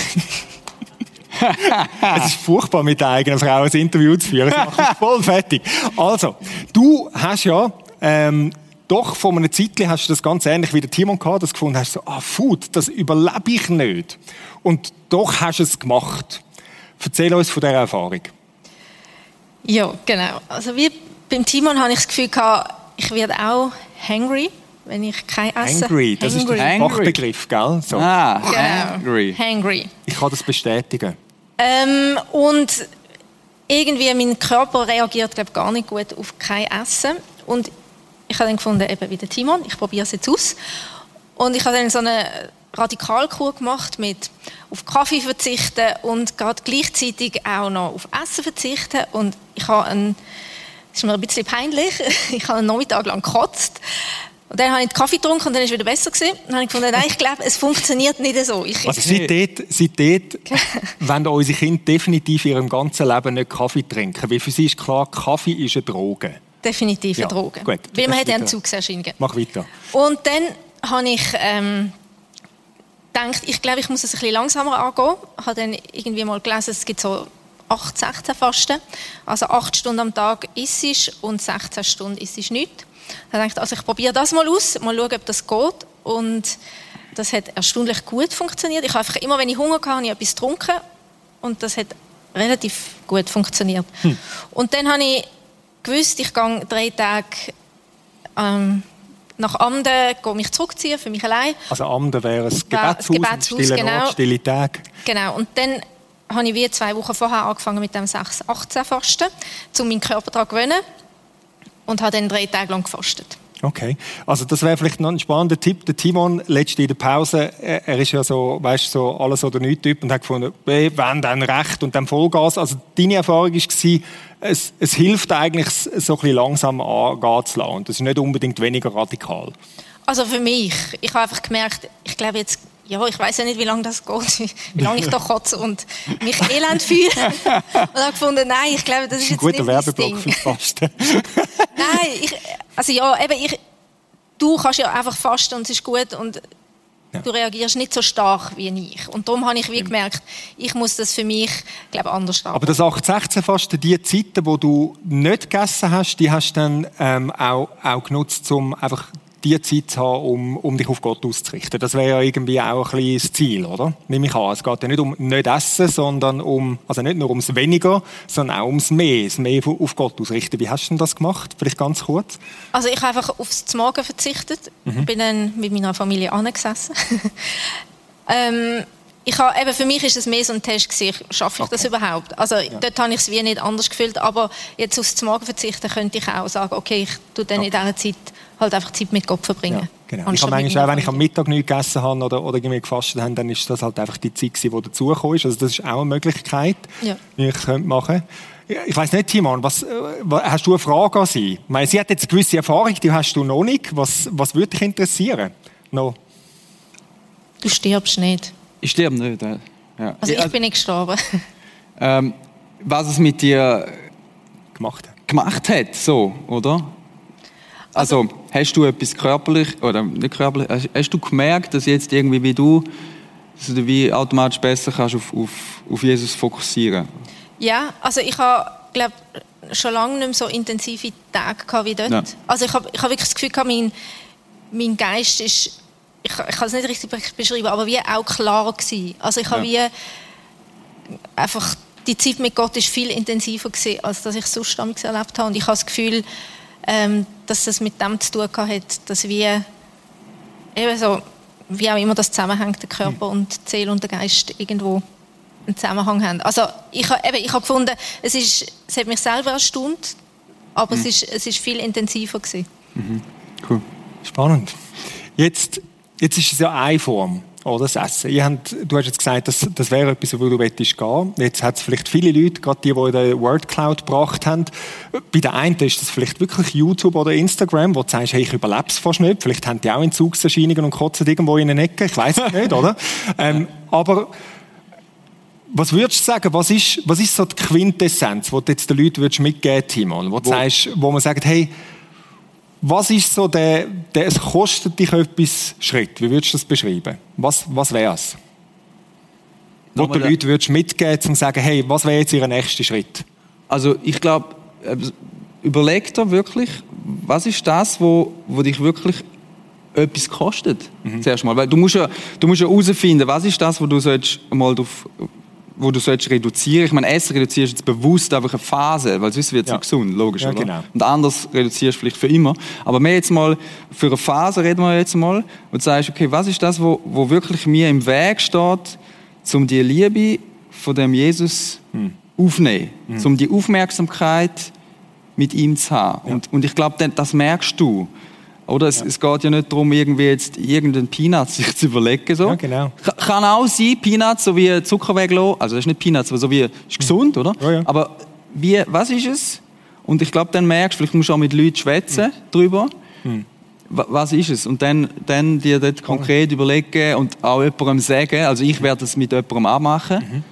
Es ist furchtbar, mit der eigenen Frau ein Interview zu führen. Das macht mich voll fertig. Also, du hast ja... Doch, vor einer Zeit hast du das ganz ähnlich wie der Timon gehabt, das gefunden hast, so, Food, das überlebe ich nicht. Und doch hast du es gemacht. Erzähl uns von dieser Erfahrung. Ja, genau. Also wie beim Timon habe ich das Gefühl gehabt, ich werde auch hangry, wenn ich kein Essen... Hangry, das ist der Fachbegriff, gell? So. Genau. Hangry. Ich kann das bestätigen. Und irgendwie mein Körper reagiert, glaube ich, gar nicht gut auf kein Essen. Und ich habe dann gefunden, eben wie der Timon, ich probiere es jetzt aus. Und ich habe dann so eine Radikalkur gemacht mit auf Kaffee verzichten und gerade gleichzeitig auch noch auf Essen verzichten. Und ich habe das ist mir ein bisschen peinlich, ich habe einen Nachmittag lang gekotzt. Und dann habe ich den Kaffee getrunken und dann war es wieder besser gewesen. Dann habe ich gefunden, nein, ich glaube, es funktioniert nicht so. Seit dort wollen unsere Kinder definitiv in ihrem ganzen Leben nicht Kaffee trinken. Weil für sie ist klar, Kaffee ist eine Droge. Definitiv eine Droge. Gut, weil man hat ja einen Zugserscheinung. Mach weiter. Und dann habe ich gedacht, ich glaube, ich muss es ein bisschen langsamer angehen. Ich habe dann irgendwie mal gelesen, es gibt so 8-16 Fasten. Also 8 Stunden am Tag isst und 16 Stunden isst nichts. Dann dachte ich, also ich probiere das mal aus, mal schauen, ob das geht. Und das hat erstaunlich gut funktioniert. Ich habe einfach immer, wenn ich Hunger hatte, habe ich etwas getrunken. Und das hat relativ gut funktioniert. Und dann habe ich gewusst, ich gehe 3 Tage nach Amden, gehe mich zurückziehen für mich allein. Also Amden wäre ein Gebetshaus, genau. Stille Tage. Genau, und dann habe ich wie 2 Wochen vorher angefangen mit dem 6-18 Fasten, um meinen Körper daran zu gewöhnen und habe dann 3 Tage lang gefastet. Okay, also das wäre vielleicht noch ein spannender Tipp. Der Timon, letztens in der Pause, er ist ja so, weißt so alles oder nichts Typ und hat gefunden, wenn dann recht und dann Vollgas. Also deine Erfahrung war, es hilft eigentlich, so ein bisschen langsam angehen zu lassen. Und das ist nicht unbedingt weniger radikal. Also für mich, ich habe einfach gemerkt, ich glaube jetzt, ja, ich weiß ja nicht, wie lange das geht, wie lange ich da kotze und mich elend fühle. Und habe gefunden, nein, ich glaube, das ist jetzt nicht mein Ding. Ein guter Werbeblock für Fasten. Nein, du kannst ja einfach fasten und es ist gut und du reagierst nicht so stark wie ich. Und darum habe ich wie gemerkt, ich muss das für mich, glaube anders haben. Aber das 8-16-Fasten, die Zeiten, die du nicht gegessen hast, die hast du dann auch genutzt, um einfach die Zeit zu haben, um dich auf Gott auszurichten. Das wäre ja irgendwie auch ein bisschen das Ziel, oder? Nehme ich an. Es geht ja nicht um nicht essen, sondern also nicht nur ums Weniger, sondern auch ums Mehr. Das Mehr auf Gott ausrichten. Wie hast du denn das gemacht? Vielleicht ganz kurz. Also ich habe einfach aufs Morgen verzichtet. Bin dann mit meiner Familie angesessen. Für mich ist es mehr so ein Test gewesen, schaffe ich das überhaupt? Also dort habe ich es wie nicht anders gefühlt, aber jetzt aufs Morgen verzichten könnte ich auch sagen, okay, ich tue dann in dieser Zeit halt einfach Zeit mit Gott verbringen. Ja, genau. Ich habe manchmal auch, wenn ich am Mittag nichts gegessen habe oder irgendwie gefastet habe, dann ist das halt einfach die Zeit gewesen, die dazugekommen ist. Also das ist auch eine Möglichkeit, wie ich es machen könnte. Ich weiss nicht, Timon, hast du eine Frage an sie? Ich meine, sie hat jetzt eine gewisse Erfahrung, die hast du noch nicht. Was würde dich interessieren? No. Du stirbst nicht. Ich sterbe nicht. Ja. Also ich bin nicht gestorben. Was es mit dir gemacht hat, so, oder? Also hast du etwas körperlich, oder nicht körperlich, hast du gemerkt, dass jetzt irgendwie wie automatisch besser kannst auf Jesus fokussieren? Ja, also ich habe, glaube schon lange nicht mehr so intensive Tage gehabt wie dort. Ja. Also ich habe wirklich das Gefühl gehabt, mein Geist ist, ich kann es nicht richtig beschreiben, aber wie auch klarer gewesen. Also ich habe wie einfach, die Zeit mit Gott ist viel intensiver gewesen, als dass ich es sonst erlebt habe. Und ich habe das Gefühl, dass das mit dem zu tun hat, dass wir eben so, wie auch immer das zusammenhängt, der Körper und die Seele und der Geist irgendwo einen Zusammenhang haben. Also ich habe gefunden, es hat mich selber erstaunt, aber es ist viel intensiver gewesen. Cool. Spannend. Jetzt ist es ja eine Form, oder, das Essen. Du hast jetzt gesagt, das wäre etwas, wo du gehen willst. Jetzt hat es vielleicht viele Leute, gerade die in der Word Cloud gebracht haben. Bei der einen ist das vielleicht wirklich YouTube oder Instagram, wo du sagst, hey, ich überlebe es fast nicht. Vielleicht haben die auch Entzugserscheinungen und kotzen irgendwo in eine Ecke. Ich weiss es nicht, oder? Aber was würdest du sagen, was ist so die Quintessenz, die du jetzt den Leuten mitgeben würdest, Timon? Wo man sagt, hey, was ist so es kostet dich etwas Schritt? Wie würdest du das beschreiben? Was wäre es? Wo du den Leuten würdest mitgeben, um zu sagen, hey, was wäre jetzt ihr nächster Schritt? Also ich glaube, überleg dir wirklich, was ist das, wo dich wirklich etwas kostet? Zuerst mal. Weil du musst ja herausfinden, was ist das, wo du mal drauf, wo du reduzieren. Ich meine, Essen reduzierst jetzt bewusst einfach eine Phase, weil sonst wird es nicht gesund, logisch, oder? Genau. Und anders reduzierst du vielleicht für immer. Aber mehr jetzt mal, für eine Phase reden wir jetzt mal, und du sagst, okay, was ist das, wo wirklich mir im Weg steht, um die Liebe von dem Jesus aufzunehmen, um die Aufmerksamkeit mit ihm zu haben. Ja. Und ich glaube, das merkst du. Oder? Es geht ja nicht darum, irgendwie jetzt irgendeinen Peanut sich zu überlegen. So. Ja, genau. Kann auch sein, Peanuts, so wie Zucker weglassen. Also das ist nicht Peanuts, aber so wie, ist gesund, oder? Ja, ja. Aber was ist es? Und ich glaube, dann merkst du, vielleicht musst du auch mit Leuten schwätzen drüber. Was ist es? Und dann dir dort konkret überlegen und auch jemandem sagen, also ich werde das mit jemandem abmachen,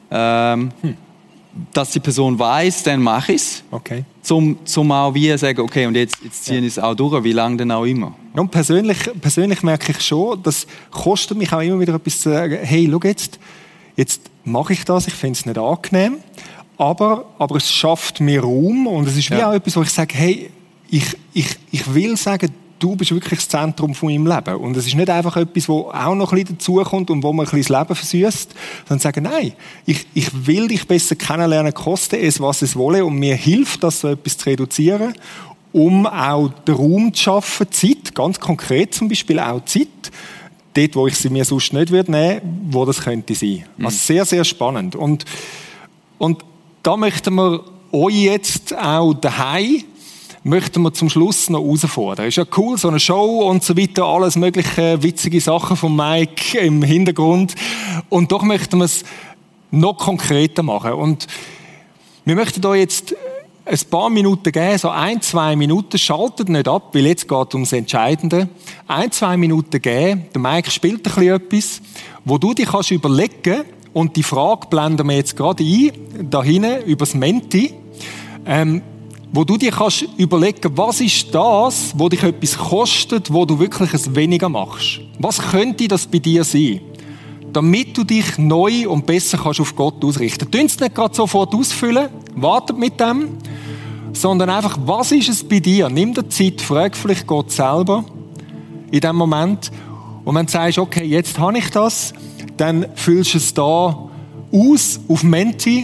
dass die Person weiss, dann mache ich es. Okay. Zum auch wie sagen, okay, und jetzt ziehe ich es auch durch, wie lange denn auch immer. Ja, und persönlich merke ich schon, das kostet mich auch immer wieder etwas zu sagen, hey, schau jetzt mache ich das, ich finde es nicht angenehm, aber es schafft mir Raum und es ist wie auch etwas, wo ich sage, hey, ich will sagen, du bist wirklich das Zentrum von meinem Leben. Und es ist nicht einfach etwas, wo auch noch ein bisschen dazukommt und wo man ein bisschen das Leben versüßt, sondern sagen, nein, ich will dich besser kennenlernen, koste es, was es wolle, und mir hilft das, so etwas zu reduzieren, um auch den Raum zu schaffen, Zeit, ganz konkret zum Beispiel auch Zeit, dort, wo ich sie mir sonst nicht nehmen würde, wo das könnte sein. Also sehr, sehr spannend. Und da möchten wir euch jetzt auch daheim möchten wir zum Schluss noch herausfordern. Ist ja cool, so eine Show und so weiter, alles mögliche witzige Sachen von Mike im Hintergrund. Und doch möchten wir es noch konkreter machen. Und wir möchten euch jetzt ein paar Minuten geben, so 1-2 Minuten, schaltet nicht ab, weil jetzt geht es ums Entscheidende. 1-2 Minuten geben, der Mike spielt ein bisschen etwas, wo du dich kannst überlegen, und die Frage blenden wir jetzt gerade ein, da hinten, über das Menti, wo du dir kannst überlegen, was ist das, wo dich etwas kostet, wo du wirklich es weniger machst. Was könnte das bei dir sein? Damit du dich neu und besser kannst auf Gott ausrichten. Du es nicht gerade sofort ausfüllen, wartet mit dem, sondern einfach, was ist es bei dir? Nimm dir Zeit, frag vielleicht Gott selber in dem Moment. Und wenn du sagst, okay, jetzt habe ich das, dann füllst du es da aus, auf Menti.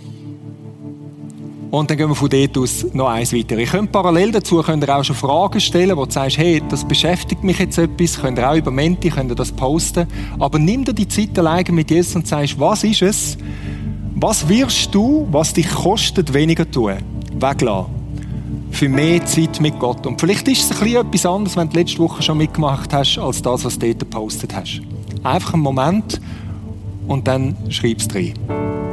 Und dann gehen wir von dort aus noch eins weiter. Ihr könnt parallel dazu könnt ihr auch schon Fragen stellen, wo du sagst, hey, das beschäftigt mich jetzt etwas, könnt ihr auch über Menti, könnt ihr das posten. Aber nimm dir die Zeit alleine mit Jesus und sagst, was ist es? Was wirst du, was dich kostet, weniger tun? Weglassen. Für mehr Zeit mit Gott. Und vielleicht ist es ein bisschen etwas anderes, wenn du letzte Woche schon mitgemacht hast, als das, was du dort gepostet hast. Einfach einen Moment und dann schreibst du rein.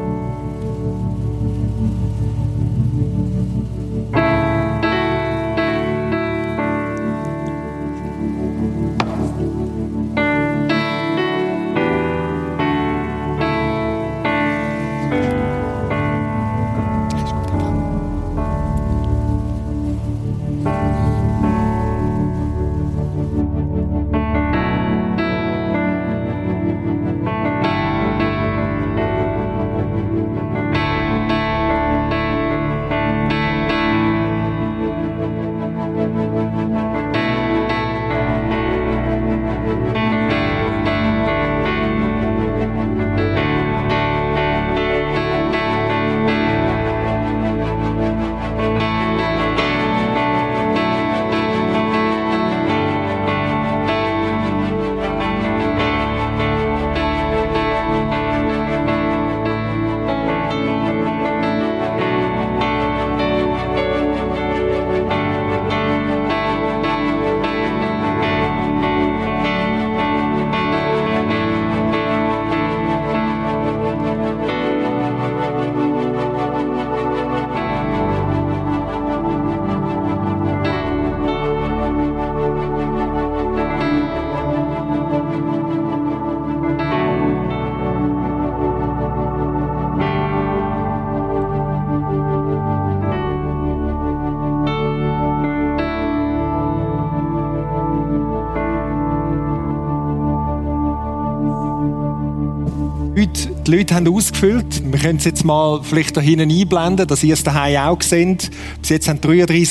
Die Leute haben ausgefüllt. Wir können es jetzt mal vielleicht da hinten einblenden, dass ihr es daheim auch seht. Bis jetzt haben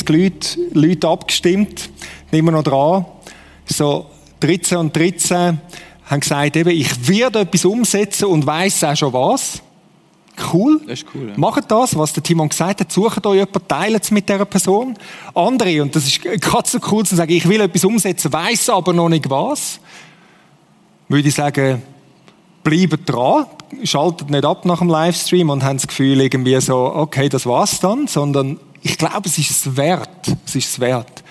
33 Leute abgestimmt. Nehmen wir noch dran. So 13 und 13 haben gesagt, eben, ich werde etwas umsetzen und weiss auch schon was. Cool. Das ist cool, ja. Macht das, was der Timon gesagt hat. Sucht euch jemanden, teilt es mit dieser Person. Andere, und das ist gerade so cool zu sagen, ich will etwas umsetzen, weiss aber noch nicht was. Würde ich sagen, bleibt dran, schaltet nicht ab nach dem Livestream und haben das Gefühl irgendwie so, okay, das war's dann, sondern ich glaube, es ist es wert. Es ist es wert.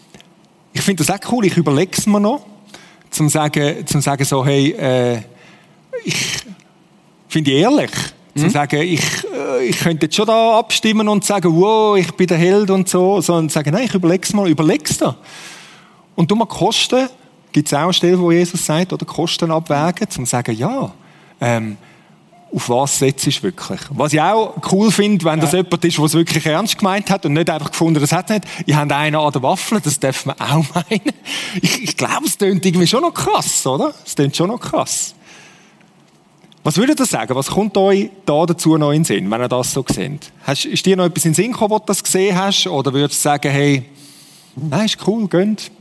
Ich finde das auch cool, ich überlege es mir noch, zum sagen so, hey, ich finde ehrlich, zum sagen, ich könnte jetzt schon da abstimmen und sagen, wow, ich bin der Held und so, sondern sagen, nein, ich überlege es dir. Und du mal Kosten, gibt es auch eine Stelle, wo Jesus sagt, oder Kosten abwägen, zum zu sagen, ja, auf was setzt du wirklich? Was ich auch cool finde, wenn das jemand ist, der es wirklich ernst gemeint hat und nicht einfach gefunden, das hat nicht, ich habe einen an der Waffel, das darf man auch meinen. Ich glaube, es klingt irgendwie schon noch krass, oder? Es klingt schon noch krass. Was würdet ihr sagen? Was kommt euch da dazu noch in den Sinn, wenn ihr das so seht? Ist dir noch etwas in den Sinn gekommen, wo du das gesehen hast? Oder würdest du sagen, hey, nein, ist cool, gönnt?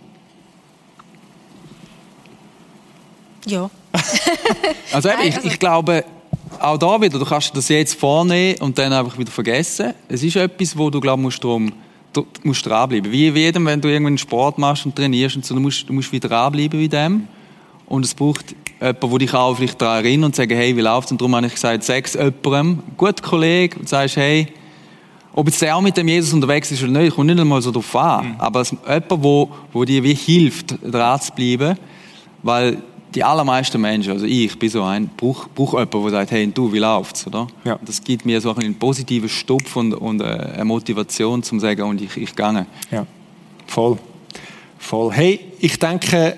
Ja. Also eben, ich glaube, auch da wieder, du kannst das jetzt vornehmen und dann einfach wieder vergessen. Es ist etwas, wo du, glaube ich, du musst dranbleiben. Wie jedem, wenn du irgendeinen Sport machst und trainierst und so, du musst wieder dranbleiben wie dem. Und es braucht jemanden, der dich auch vielleicht daran erinnert und sagt, hey, wie läuft's? Und darum habe ich gesagt, sag's jemandem, guter Kollege, und sagst, hey, Ob jetzt der auch mit dem Jesus unterwegs ist oder nicht, kommt nicht einmal so drauf an. Aber jemand, wo dir wie hilft, dran zu bleiben, weil die allermeisten Menschen, also ich bin so ein, brauche jemanden, der sagt, hey, du, wie läuft's, oder? Ja. Das gibt mir so einen positiven Stupf und eine Motivation, zum sagen, und ich gehe. Ja, voll. Hey, ich denke,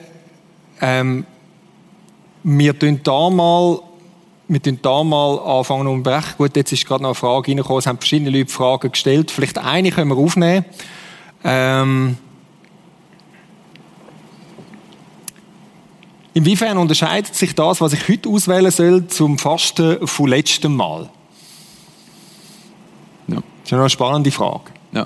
wir tun da mal anfangen und brechen. Gut, jetzt ist gerade noch eine Frage reingekommen, es haben verschiedene Leute Fragen gestellt. Vielleicht eine können wir aufnehmen. Inwiefern unterscheidet sich das, was ich heute auswählen soll, zum Fasten von letztem Mal? Ja. Das ist ja noch eine spannende Frage. Ja.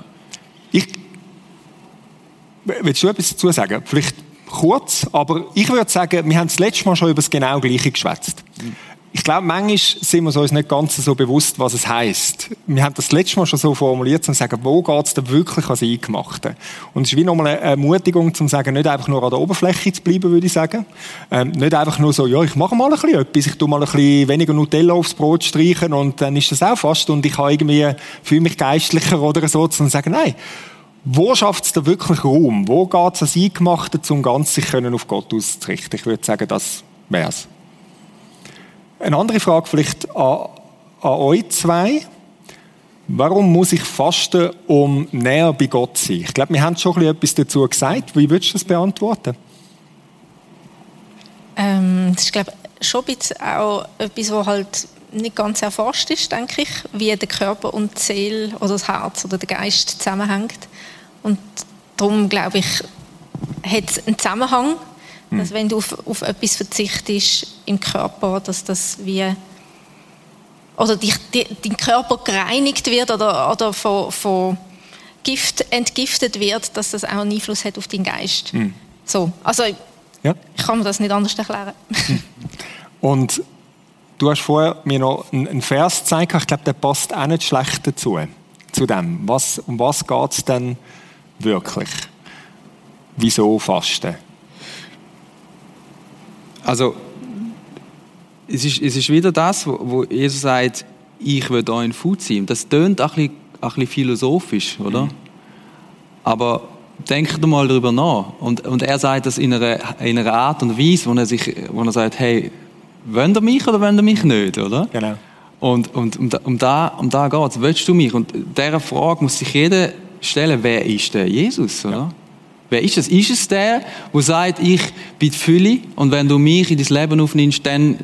Willst du etwas dazu sagen? Vielleicht kurz, aber ich würde sagen, wir haben das letzte Mal schon über das genau Gleiche geschwätzt. Ich glaube, manchmal sind wir uns nicht ganz so bewusst, was es heisst. Wir haben das letzte Mal schon so formuliert, um zu sagen, wo geht es denn wirklich ans Eingemachte? Und es ist wie nochmal eine Ermutigung, um zu sagen, nicht einfach nur an der Oberfläche zu bleiben, würde ich sagen. Nicht einfach nur so, ja, ich mache mal ein bisschen etwas, ich tue mal ein bisschen weniger Nutella aufs Brot streichen und dann ist das auch fast und ich habe irgendwie, fühle mich geistlicher oder so, um zu sagen, nein, wo schafft es da wirklich Raum? Wo geht es ans Eingemachte, um ganz sich auf Gott auszurichten? Ich würde sagen, das wäre es. Eine andere Frage vielleicht an euch zwei. Warum muss ich fasten, um näher bei Gott zu sein? Ich glaube, wir haben schon etwas dazu gesagt. Wie würdest du das beantworten? Das ist, glaube ich, schon ein bisschen auch etwas, was halt nicht ganz erforscht ist, denke ich, wie der Körper und die Seele oder das Herz oder der Geist zusammenhängt. Und darum, glaube ich, hat es einen Zusammenhang, dass wenn du auf etwas verzichtest im Körper, dass das wie oder dein Körper gereinigt wird oder von Gift entgiftet wird, dass das auch einen Einfluss hat auf deinen Geist. So, also ich kann mir das nicht anders erklären. Und du hast vorher mir noch einen Vers gezeigt, ich glaube, der passt auch nicht schlecht dazu, zu dem. Um was geht es denn wirklich? Wieso Fasten? Also, es ist wieder das, wo Jesus sagt, ich will euch ein Food sein. Das tönt ein bisschen philosophisch, oder? Aber denkt mal darüber nach. Und er sagt das in einer Art und Weise, wo er sagt, hey, wollt ihr mich oder wollt ihr mich nicht, oder? Genau. Und um da geht es. Willst du mich? Und dieser Frage muss sich jeder stellen, wer ist der Jesus, oder? Ja. Wer ist es? Ist es der sagt, ich bin die Fülle und wenn du mich in dein Leben aufnimmst, dann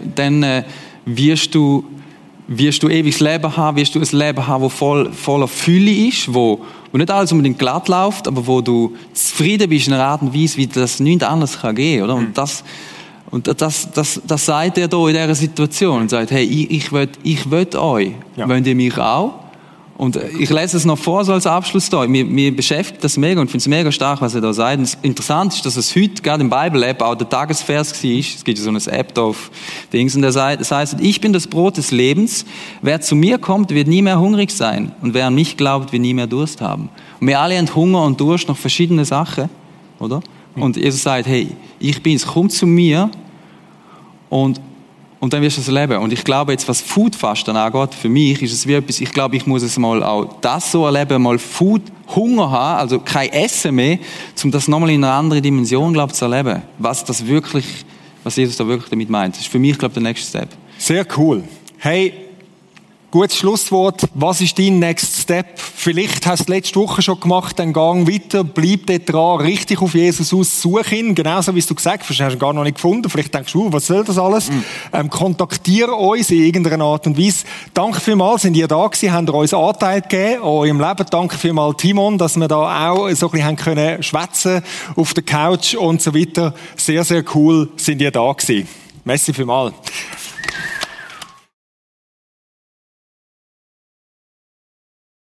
wirst du ewiges Leben haben, wirst du ein Leben haben, das voller Fülle ist, wo nicht alles unbedingt glatt läuft, aber wo du zufrieden bist in einer Art und Weise, wie das nichts anderes kann geben, oder? Und das sagt er hier in dieser Situation und sagt, hey, ich will euch, wollt ihr mich auch? Und ich lese es noch vor, so als Abschluss da. Mir beschäftigt das mega und finde es mega stark, was er da sagt. Und interessant ist, dass es heute gerade im Bible-App auch der Tagesvers war. Es gibt ja so eine App da auf Dings und das heißt, ich bin das Brot des Lebens. Wer zu mir kommt, wird nie mehr hungrig sein. Und wer an mich glaubt, wird nie mehr Durst haben. Und wir alle haben Hunger und Durst nach verschiedenen Sachen, oder? Und Jesus sagt, hey, ich bin's, komm zu mir und dann wirst du es erleben. Und ich glaube jetzt, was Foodfasten angeht, für mich ist es wie etwas, ich glaube, ich muss es mal auch das so erleben, mal Hunger haben, also kein Essen mehr, um das nochmal in einer anderen Dimension, glaube ich, zu erleben. Was Jesus da wirklich damit meint. Das ist für mich, glaube ich, der nächste Step. Sehr cool. Hey, gutes Schlusswort. Was ist dein Next Step? Vielleicht hast du es letzte Woche schon gemacht, dann gang weiter, bleib dort dran, richtig auf Jesus aus, such ihn, genauso wie du gesagt hast, hast du ihn gar noch nicht gefunden. Vielleicht denkst du, was soll das alles? Kontaktiere uns in irgendeiner Art und Weise. Danke vielmals, sind ihr da gewesen, habt ihr uns Anteil gegeben an eurem Leben. Danke vielmals, Timon, dass wir da auch so ein bisschen können schwätzen auf der Couch und so weiter. Sehr, sehr cool, sind ihr da gewesen. Merci vielmals.